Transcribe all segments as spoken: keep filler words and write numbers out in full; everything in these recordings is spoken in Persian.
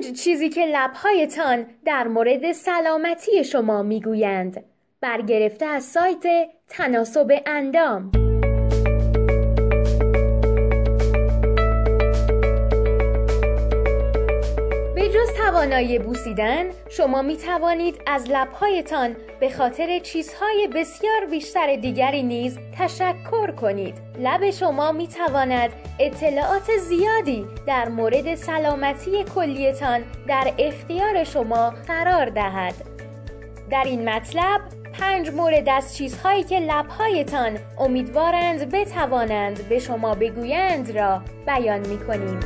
پنج چیزی که لب‌هایتان در مورد سلامتی شما میگویند. برگرفته از سایت تناسب اندام. به جز توانایی بوسیدن، شما می توانید از لب‌هایتان به خاطر چیزهای بسیار بیشتر دیگری نیز تشکر کنید. لب شما می تواند اطلاعات زیادی در مورد سلامتی کلیتان در اختیار شما قرار دهد. در این مطلب پنج مورد از چیزهایی که لب‌هایتان امیدوارند بتوانند به شما بگویند را بیان می کنیم.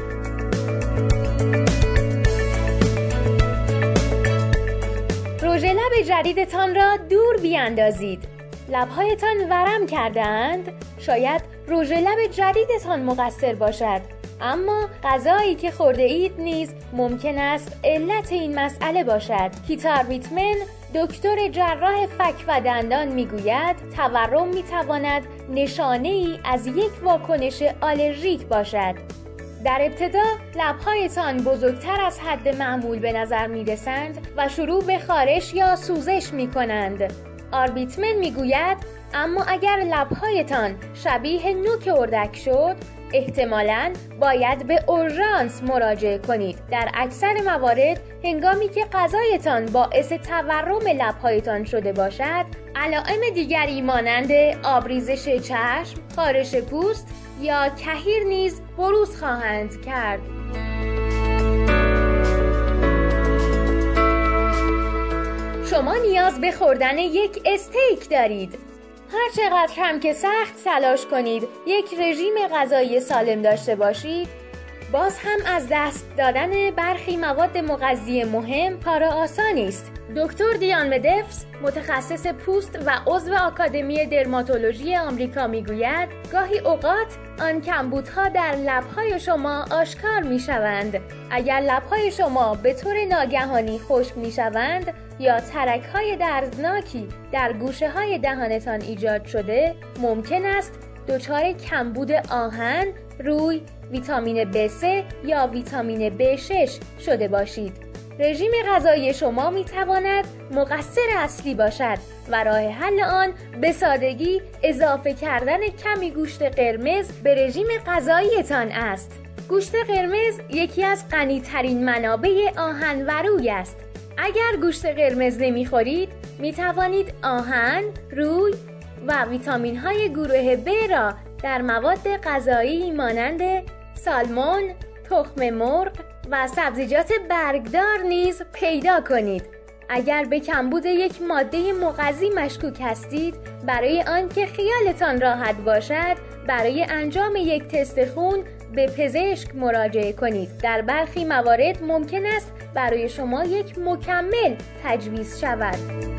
رژ لب جدیدتان را دور بیاندازید. لب‌هایتان ورم کرده‌اند؟ شاید رژ لب جدیدتان مقصر باشد، اما غذایی که خورده اید نیز ممکن است علت این مسئله باشد. پیتر ویتمن، دکتر جراح فک و دندان میگوید تورم میتواند نشانه ای از یک واکنش آلرژیک باشد. در ابتدا لب‌هایتان بزرگتر از حد معمول به نظر می‌رسند و شروع به خارش یا سوزش می‌کنند. آربیتمن می‌گوید اما اگر لب‌هایتان شبیه نوک اردک شد، احتمالاً باید به اورژانس مراجعه کنید. در اکثر موارد هنگامی که غذایتان باعث تورم لب‌هایتان شده باشد، علائم دیگری مانند آبریزش چشم، خارش پوست یا کحیر نیز بروز خواهند کرد. شما نیاز به خوردن یک استیک دارید. هر چقدر هم که سخت تلاش کنید یک رژیم غذایی سالم داشته باشید، باز هم از دست دادن برخی مواد مغذی مهم کار آسانی است. دکتر دیان مدفس، متخصص پوست و عضو آکادمی درماتولوژی آمریکا میگوید گاهی اوقات آن کمبودها در لب‌های شما آشکار میشوند. اگر لب‌های شما به طور ناگهانی خشک میشوند یا ترک‌های دردناکی در گوشه‌های دهانتان ایجاد شده، ممکن است دچار کمبود آهن، روی، ویتامین بی سه یا ویتامین بی شش شده باشید. رژیم غذایی شما می تواند مقصر اصلی باشد و راه حل آن به سادگی اضافه کردن کمی گوشت قرمز به رژیم غذاییتان است. گوشت قرمز یکی از غنی‌ترین منابع آهن و روی است. اگر گوشت قرمز نمی خورید، می توانید آهن، روی و ویتامین های گروه ب را در مواد غذایی مانند سالمون، تخم مرغ و سبزیجات برگدار نیز پیدا کنید. اگر به کمبود یک ماده مغذی مشکوک هستید، برای آنکه خیالتان راحت باشد، برای انجام یک تست خون به پزشک مراجعه کنید. در برخی موارد ممکن است برای شما یک مکمل تجویز شود.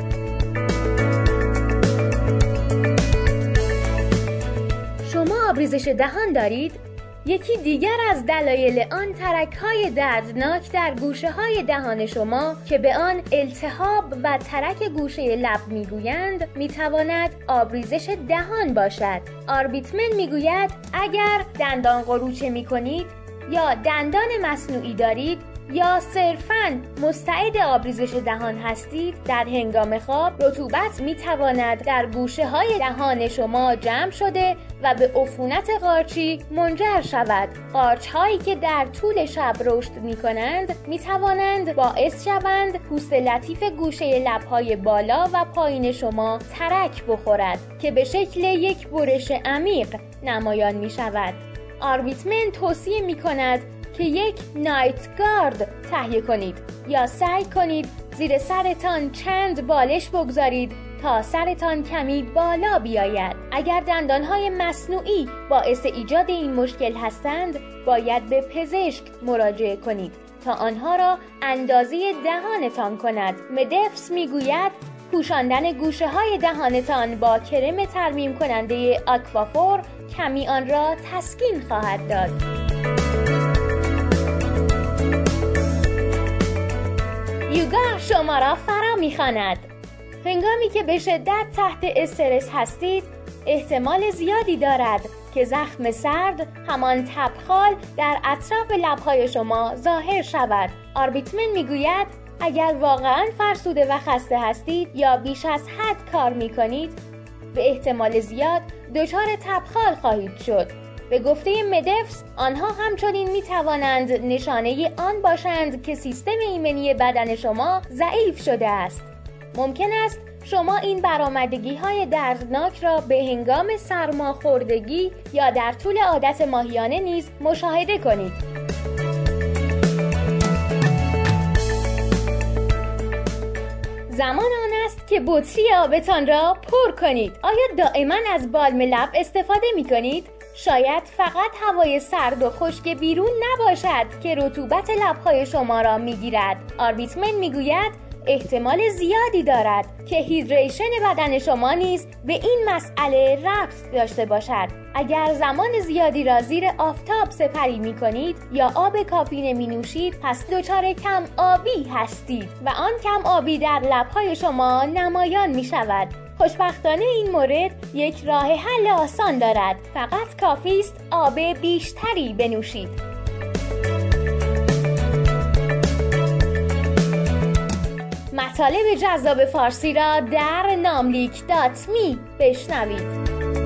شما آبریزش دهان دارید؟ یکی دیگر از دلایل آن ترک‌های دردناک در گوشه‌های دهان شما که به آن التهاب و ترک گوشه لب میگویند میتواند آبریزش دهان باشد. آربیتمن میگوید اگر دندان قروچه میکنید یا دندان مصنوعی دارید یا صرفاً مستعد آبریزش دهان هستید، در هنگام خواب رطوبت میتواند در گوشه های دهان شما جمع شده و به عفونت قارچی منجر شود. قارچ هایی که در طول شب رشد می کنند می توانند باعث شوند پوست لطیف گوشه لبهای بالا و پایین شما ترک بخورد که به شکل یک برش عمیق نمایان می شود. آربیتمن توصیه می کند که یک نایت گارد تهیه کنید یا سعی کنید زیر سرتان چند بالش بگذارید تا سرتان کمی بالا بیاید. اگر دندانهای مصنوعی باعث ایجاد این مشکل هستند، باید به پزشک مراجعه کنید تا آنها را اندازه دهانتان کند. مدفس میگوید پوشاندن گوشه های دهانتان با کرم ترمیم کننده آکوافور کمی آن را تسکین خواهد داد. یوگا شما را فرا می‌خواند. هنگامی که به شدت تحت استرس هستید، احتمال زیادی دارد که زخم سرد، همان تبخال، در اطراف لب‌های شما ظاهر شود. آربیتمن میگوید اگر واقعاً فرسوده و خسته هستید یا بیش از حد کار میکنید، به احتمال زیاد دچار تبخال خواهید شد. به گفته مدفس، آنها همچنین می توانند نشانه آن باشند که سیستم ایمنی بدن شما ضعیف شده است. ممکن است شما این برآمدگی های دردناک را به هنگام سرماخوردگی یا در طول عادت ماهیانه نیز مشاهده کنید. زمان آن است که بطری آبتان را پر کنید. آیا دائما از بالم لب استفاده می کنید؟ شاید فقط هوای سرد و خشک بیرون نباشد که رطوبت لب‌های شما را می‌گیرد. آربیتمن می‌گوید احتمال زیادی دارد که هیدریشن بدن شما نیز به این مسئله ربط داشته باشد. اگر زمان زیادی را زیر آفتاب سپری می‌کنید یا آب کافی نمی‌نوشید، پس دچار کم آبی هستید و آن کم آبی در لب‌های شما نمایان می‌شود. خوشبختانه این مورد یک راه حل آسان دارد. فقط کافی است آب بیشتری بنوشید. مطالب جذاب فارسی را در ناملیک دات می بشنوید.